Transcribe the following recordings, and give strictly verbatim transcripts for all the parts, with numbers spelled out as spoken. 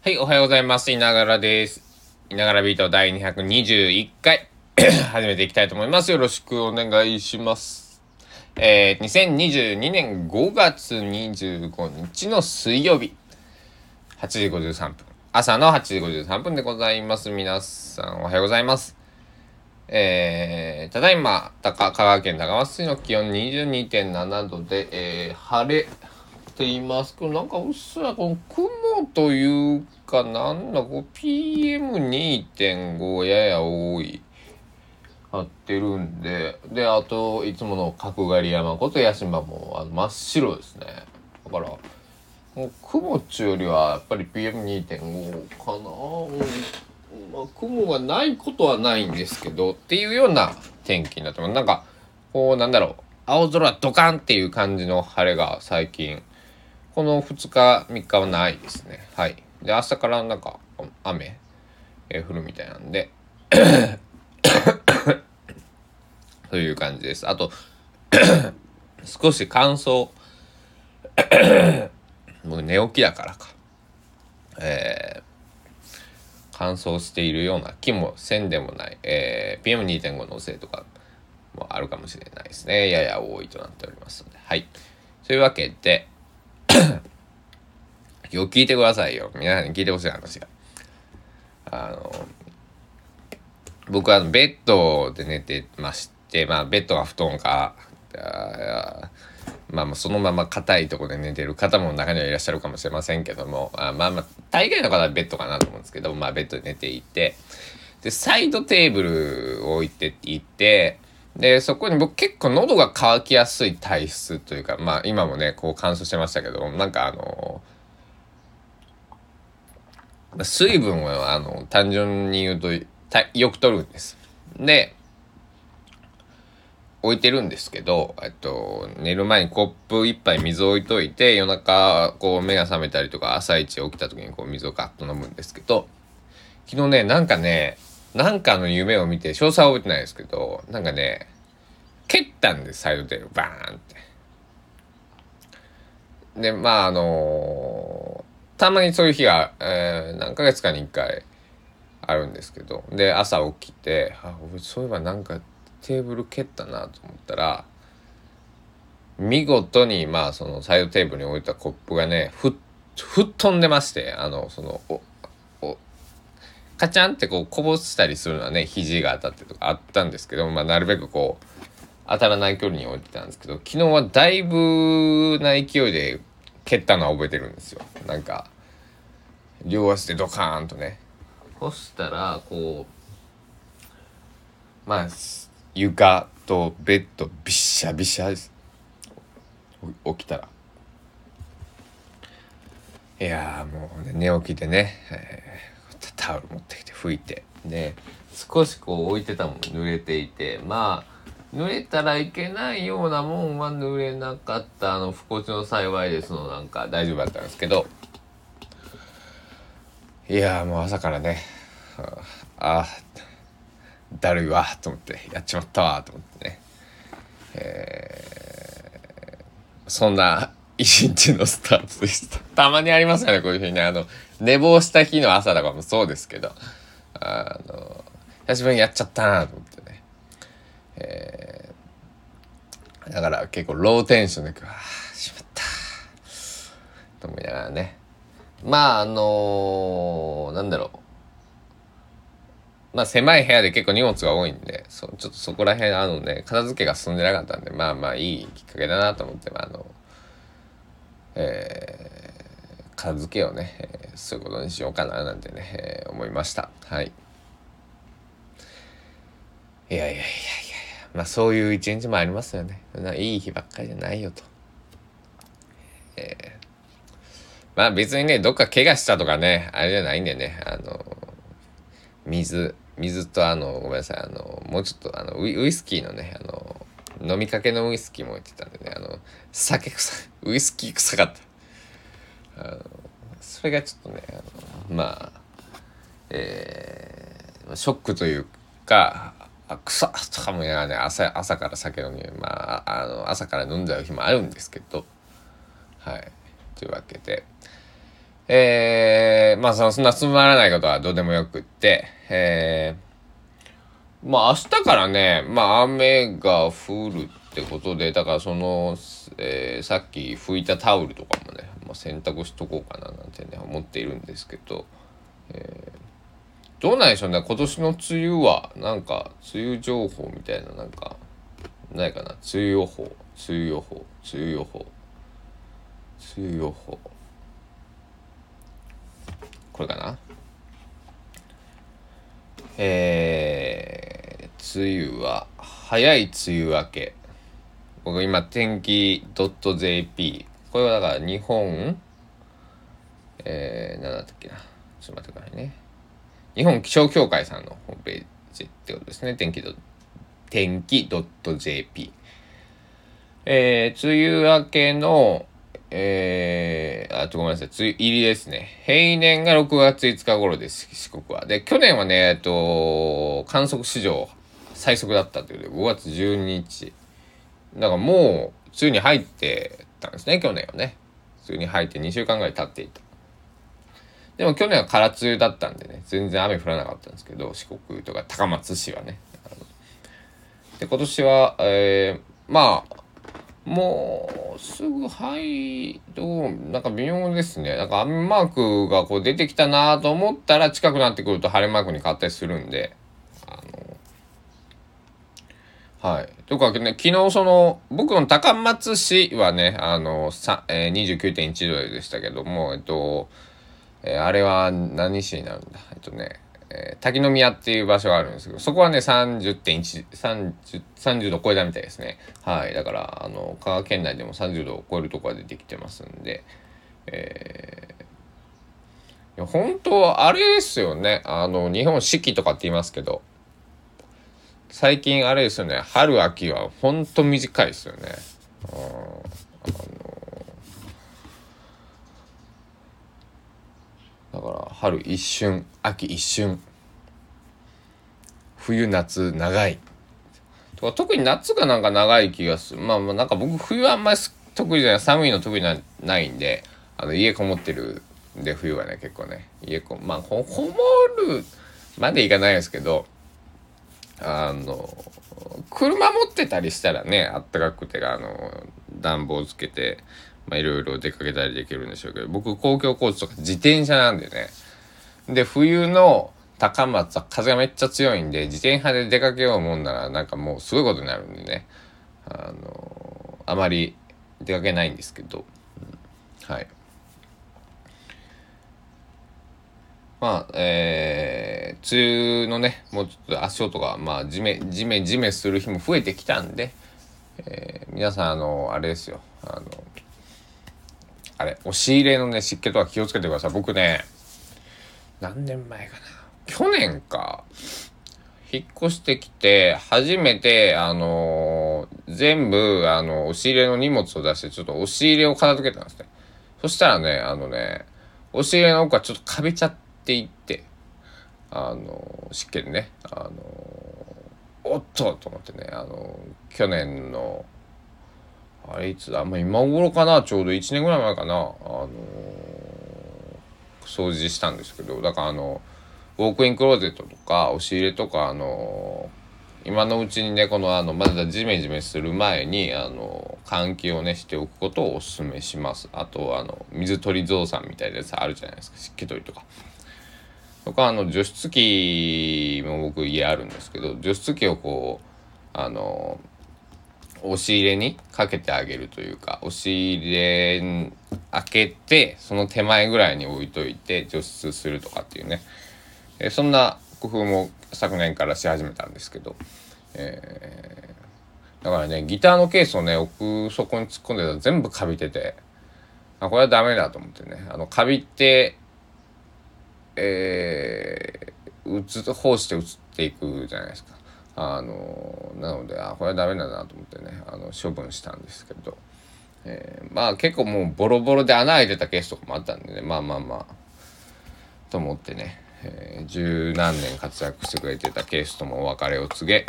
はい、おはようございます。いながらです。いながらビートだいにひゃくにじゅういっかい始めていきたいと思います。よろしくお願いします。えー、にせんにじゅうにねんごがつにじゅうごにちの水曜日、はちじごじゅうさんぷん。朝のはちじごじゅうさんぷんでございます。皆さん、おはようございます。えー、ただいま、香川県高松市の気温 にじゅうにてんなな 度で、えー、晴れていますけど、なんかうっすらこの雲というか、なんだこう ピーエムにてんご やや多い張ってるんで、であといつもの角刈山こと八島もあの真っ白ですね。だからもう雲っちゅうよりはやっぱり ピーエムにてんご かな、うんまあ、雲がないことはないんですけどっていうような天気になってます。なんかこうなんだろう、青空ドカンっていう感じの晴れが最近このふつかみっかはないですね。はい。で明日からなんか雨、えー降るみたいなんでという感じです。あと少し乾燥もう寝起きだからか、えー、乾燥しているような気もせんでもない、えー、ピーエムにてんご のせいとかもあるかもしれないですね。やや多いとなっておりますので、はい。というわけでよく聞いてくださいよ。皆さんに聞いてほしい話が。あの僕はベッドで寝てまして、まあベッドが布団か、あまあそのまま硬いところで寝てる方も中にはいらっしゃるかもしれませんけども、あまあまあ大概の方はベッドかなと思うんですけど、まあベッドで寝ていて、でサイドテーブルを置いていて、でそこに僕結構喉が渇きやすい体質というか、まあ今もねこう乾燥してましたけど、なんかあの水分をあの単純に言うとよく取るんです。で置いてるんですけど、えっと寝る前にコップ一杯水を置いといて、夜中こう目が覚めたりとか朝一起きた時にこう水をガッと飲むんですけど、昨日ねなんかねなんかの夢を見て、詳細は覚えてないですけど、なんかね蹴ったんです、サイドテーブルバーンって。でまああのー、たまにそういう日が、えー、何ヶ月かにいっかいあるんですけど、で朝起きて、あ俺そういえばなんかテーブル蹴ったなと思ったら、見事にまあそのサイドテーブルに置いたコップがねふっ吹っ飛んでまして、あのそのおおカチャンってこうこぼしたりするのはね肘が当たってとかあったんですけど、まあなるべくこう当たらない距離に置いてたんですけど、昨日はだいぶな勢いで蹴ったのは覚えてるんですよ。なんか両足でドカーンとね。そしたらこうまあ床とベッドびっしゃびしゃです。起きたらいやもう、ね、寝起きでね、えー、タオル持ってきて拭いて、で少しこう置いてたもん濡れていて、まあ濡れたらいけないようなもんは濡れなかった、あの不幸の幸いですのなんか大丈夫だったんですけど、いやもう朝からねああだるいわと思ってやっちまったわと思ってね、えー、そんな一日のスタートでした。たまにありますよねこういうふうにね、あの寝坊した日の朝とかもそうですけど、あの久しぶりにやっちゃったなと思ってね、えー、だから結構ローテンションでああしまったと思いながらね、まああのー、なんだろう、まあ狭い部屋で結構荷物が多いんで、そちょっとそこら辺あのね片付けが進んでなかったんで、まあまあいいきっかけだなと思って、まああのえー、片付けをね、えー、そういうことにしようかななんてね、えー、思いました。はい。いやいやいやいやいや、まあそういう一日もありますよね。いい日ばっかりじゃないよと。えー、まあ別にねどっか怪我したとかねあれじゃないんでね、あの水水とあのごめんなさい、あのもうちょっとあのウイ、ウイスキーのね、あの飲みかけのウイスキーも置いてたんでね、あの酒臭いウイスキー臭かった。あのそれがちょっとね、あのまあえー、ショックというか、あ臭っとかも言いながらね、朝朝から酒の匂い、まああの朝から飲んじゃう日もあるんですけど、はい、というわけで、えー、 まあそんなつまらないことはどうでもよくって、えー、まあ明日からね、まあ雨が降るってことで、だからその、えー、さっき拭いたタオルとかもね、まあ、洗濯しとこうかななんてね、思っているんですけど、えーどうなんでしょうね、今年の梅雨は、なんか、梅雨情報みたいな、なんか、ないかな、梅雨予報、梅雨予報、梅雨予報、梅雨予報。これかな。えー、梅雨は、早い梅雨明け。僕今、天気 .jp。これはだから日本、えー、なんだったっけな。ちょっと待ってくださいね。日本気象協会さんのホームページってことですね。天気天気 .jp。えー、梅雨明けの、えー、あとごめんなさい、梅雨入りですね。平年がろくがついつか頃です、四国は。で、去年はね、えっと、観測史上最速だったということで、ごがつじゅうににち。だからもう、梅雨に入ってたんですね、去年はね。梅雨に入ってにしゅうかんぐらい経っていた。でも去年は空梅雨だったんでね、全然雨降らなかったんですけど、四国とか高松市はね。で、今年は、えー、まあ、もうすぐはいどうなんか微妙ですね。なんか雨マークがこう出てきたなと思ったら近くなってくると晴れマークに変わったりするんで、あのはい。とかね、昨日その僕の高松市はね、あのさ、えー、にじゅうきゅうてんいちどでしたけども、えっと、えー、あれは何市になるんだ。えっとね。えー、滝宮っていう場所があるんですけど、そこはね、さんじゅってんいち、30、さんじゅうど超えたみたいですね。はい。だから、あの、香川県内でもさんじゅうどを超えるところが出てきてますんで、えー、いや本当、あれですよね。あの、日本四季とかって言いますけど、最近あれですよね。春、秋は本当短いですよね。あだから、春一瞬、秋一瞬、冬、夏、長い。とか特に夏がなんか長い気がする。まあまあなんか僕冬はあんまり得意じゃない、寒いの得意なないんで、あの家こもってるんで冬はね結構ね家こまあここもるまでいかないですけど、あの車持ってたりしたらねあったかくてあの暖房つけてまあいろいろ出かけたりできるんでしょうけど、僕公共交通とか自転車なんでね。で冬の高松は風がめっちゃ強いんで、自転車で出かけようもんならなんかもうすごいことになるんでね、あのー、あまり出かけないんですけど、うん、はい。まあえー、梅雨のねもうちょっと足音がまあジメジメジメする日も増えてきたんで、えー、皆さんあのあれですよ、あのあれ押し入れのね湿気とか気をつけてください。僕ね何年前かな、去年か引っ越してきて初めてあのー、全部あの押し入れの荷物を出してちょっと押し入れを片付けたんですね。そしたらねあのね押し入れの奥がちょっとかびちゃっていって、あのー、湿気でね、あのー、おっとと思ってね、あのー、去年のあれいつだ、まあ、今頃かな、ちょうどいちねんぐらい前かな、あの掃除したんですけど、だからあのウォークインクローゼットとか押し入れとか、あの今のうちにねこのあのまだジメジメする前にあの換気をねしておくことをお勧めします。あとあの水取りゾウさんみたいなやつあるじゃないですか、湿気取りとかとか、あの除湿機も僕家あるんですけど、除湿機をこうあの押し入れにかけてあげるというか、押し入れ開けてその手前ぐらいに置いといて除湿するとかっていうね、えー、そんな工夫も昨年からし始めたんですけど、えー、だからねギターのケースをね奥底に突っ込んでたら全部カビてて、あこれはダメだと思ってね、あのカビってえー、移放して移っていくじゃないですか。あのなのであこれはダメだなと思ってね、あの処分したんですけど、えー、まあ結構もうボロボロで穴開いてたケースとかもあったんでね、まあまあまあと思ってね、えー、十何年活躍してくれてたケースともお別れを告げ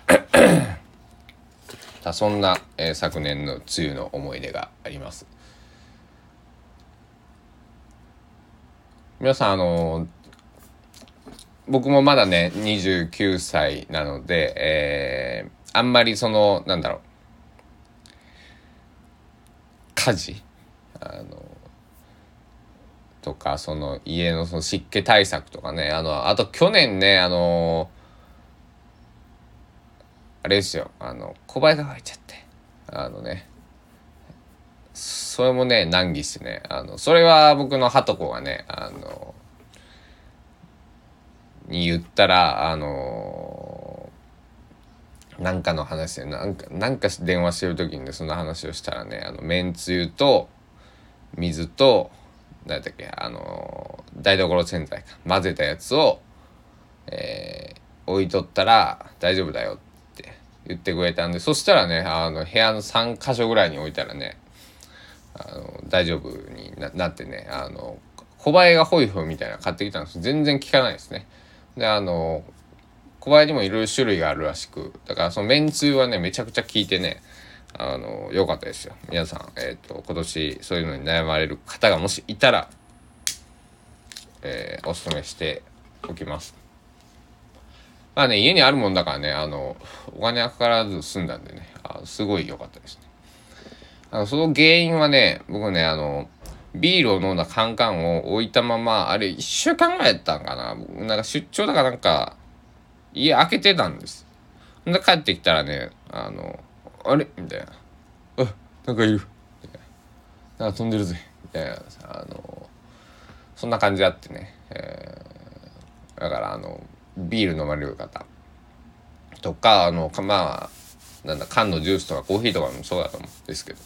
そんな、えー、昨年の梅雨の思い出があります。 皆さん、あの、僕もまだね、にじゅうきゅうさいなので、えー、あんまりその、なんだろう、家事あの、とか、その家のその湿気対策とかね、あの、あと去年ね、あの、あれですよ、あの、小林が入っちゃって、あのね、それもね、難儀してね、あの、それは僕のはとこがね、あの、に言ったら、あの、なんかの話で、なんか、なんか電話してる時にね、そんな話をしたらね、あの、めんつゆと、水と、何だっけ、あの、台所洗剤か、混ぜたやつを、えー、置いとったら大丈夫だよって言ってくれたんで、そしたらね、あの、部屋のさん箇所ぐらいに置いたらね、あの大丈夫に な, なってね、あの小映えがホイホイみたいなの買ってきたんです。全然効かないですね。で、あの小映えにもいろいろ種類があるらしく、だからそのめんつゆはねめちゃくちゃ効いてね、あの良かったですよ。皆さん、えっ、ー、と今年そういうのに悩まれる方がもしいたら、えー、おすすめしておきます。まあね、家にあるもんだからね、あのお金がかからず済んだんでね、あすごい良かったですね。あのその原因はね、僕ね、あのビールを飲んだカンカンを置いたまま、あれいっしゅうかんぐらいやったんかな、なんか出張だからなんか家開けてたんです。んで帰ってきたらね、あのあれみたいな、あ、なんかいるみたいな、なんか飛んでるぜみたいな、あのそんな感じあってね、えー、だからあのビール飲まれる方とか、あのまあなんだ缶のジュースとかコーヒーとかもそうだと思うんですけど、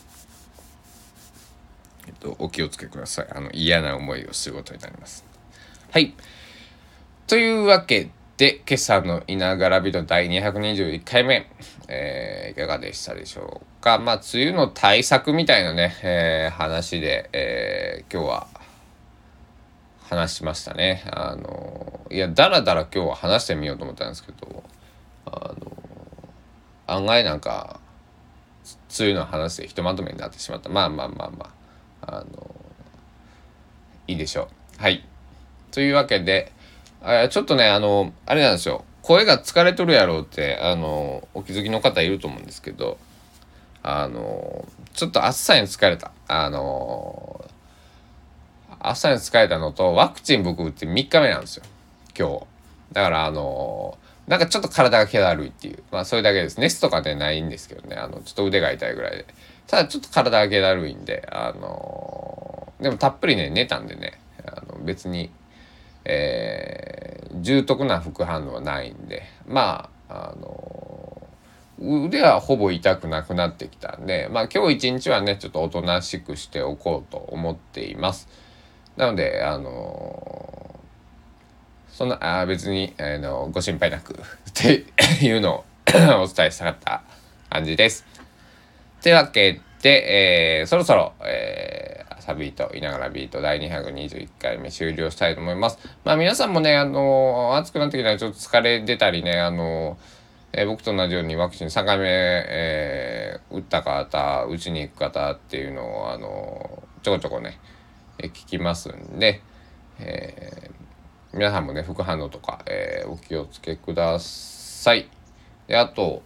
えっと、お気をつけください。あの嫌な思いをすることになります。はい。というわけで、今朝のいながらびとだいにひゃくにじゅういっかいめ、えー、いかがでしたでしょうか。まあ、梅雨の対策みたいなね、えー、話で、えー、今日は話しましたね。あの、いや、だらだら今日は話してみようと思ったんですけど、あの、案外なんか、梅雨の話でひとまとめになってしまった。まあまあまあまあ、あの、いいでしょう。はい。というわけで、あちょっとね、あの、あれなんですよ。声が疲れとるやろうって、あの、お気づきの方いると思うんですけど、あの、ちょっと暑さに疲れた。あの、暑さに疲れたのと、ワクチン僕打ってみっかめなんですよ。今日。だから、あの、なんかちょっと体が気だるいっていう。まあ、それだけです。熱とかでないんですけどね。あの、ちょっと腕が痛いぐらいで。ただ、ちょっと体が気だるいんで、あの、でもたっぷりね、寝たんでね、あの別に、えー、重篤な副反応はないんで、まあ、あの腕はほぼ痛くなくなってきたんで、まあ今日一日はね、ちょっとおとなしくしておこうと思っています。なので、あのそんな、あ別に、あのご心配なくっていうのをお伝えしたかった感じです。というわけで、えー、そろそろ、えー、朝ビート、いながらビートだいにひゃくにじゅういっかいめ終了したいと思います。まあ皆さんもね、あのー、暑くなってきたらちょっと疲れ出たりね、あのー、えー、僕と同じようにワクチンさんかいめ、えー、打った方、打ちに行く方っていうのを、あのー、ちょこちょこね、えー、聞きますんで、えー、皆さんもね、副反応とか、えー、お気をつけください。で、あと、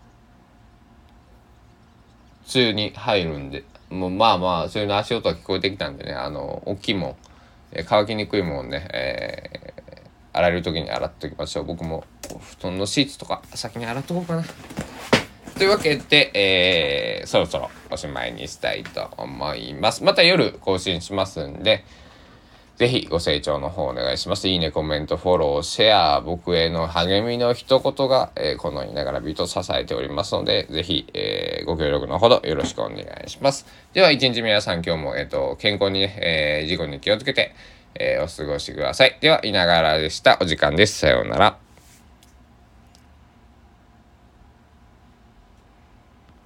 梅雨に入るんで、もうまあまあ、そういうの足音が聞こえてきたんでね、あの、大きいもん、えー、乾きにくいもんね、えー、洗える時に洗っておきましょう。僕も布団のシーツとか先に洗っとこうかな。というわけで、えー、そろそろおしまいにしたいと思います。また夜更新しますんで、ぜひご清聴の方お願いします。いいね、コメント、フォロー、シェア、僕への励みの一言が、えー、このいながらビートを支えておりますので、ぜひ、えー、ご協力のほどよろしくお願いします。では、一日皆さん今日も、えっと、健康にね、えー、事故に気をつけて、えー、お過ごしください。では、いながらでした。お時間です。さようなら。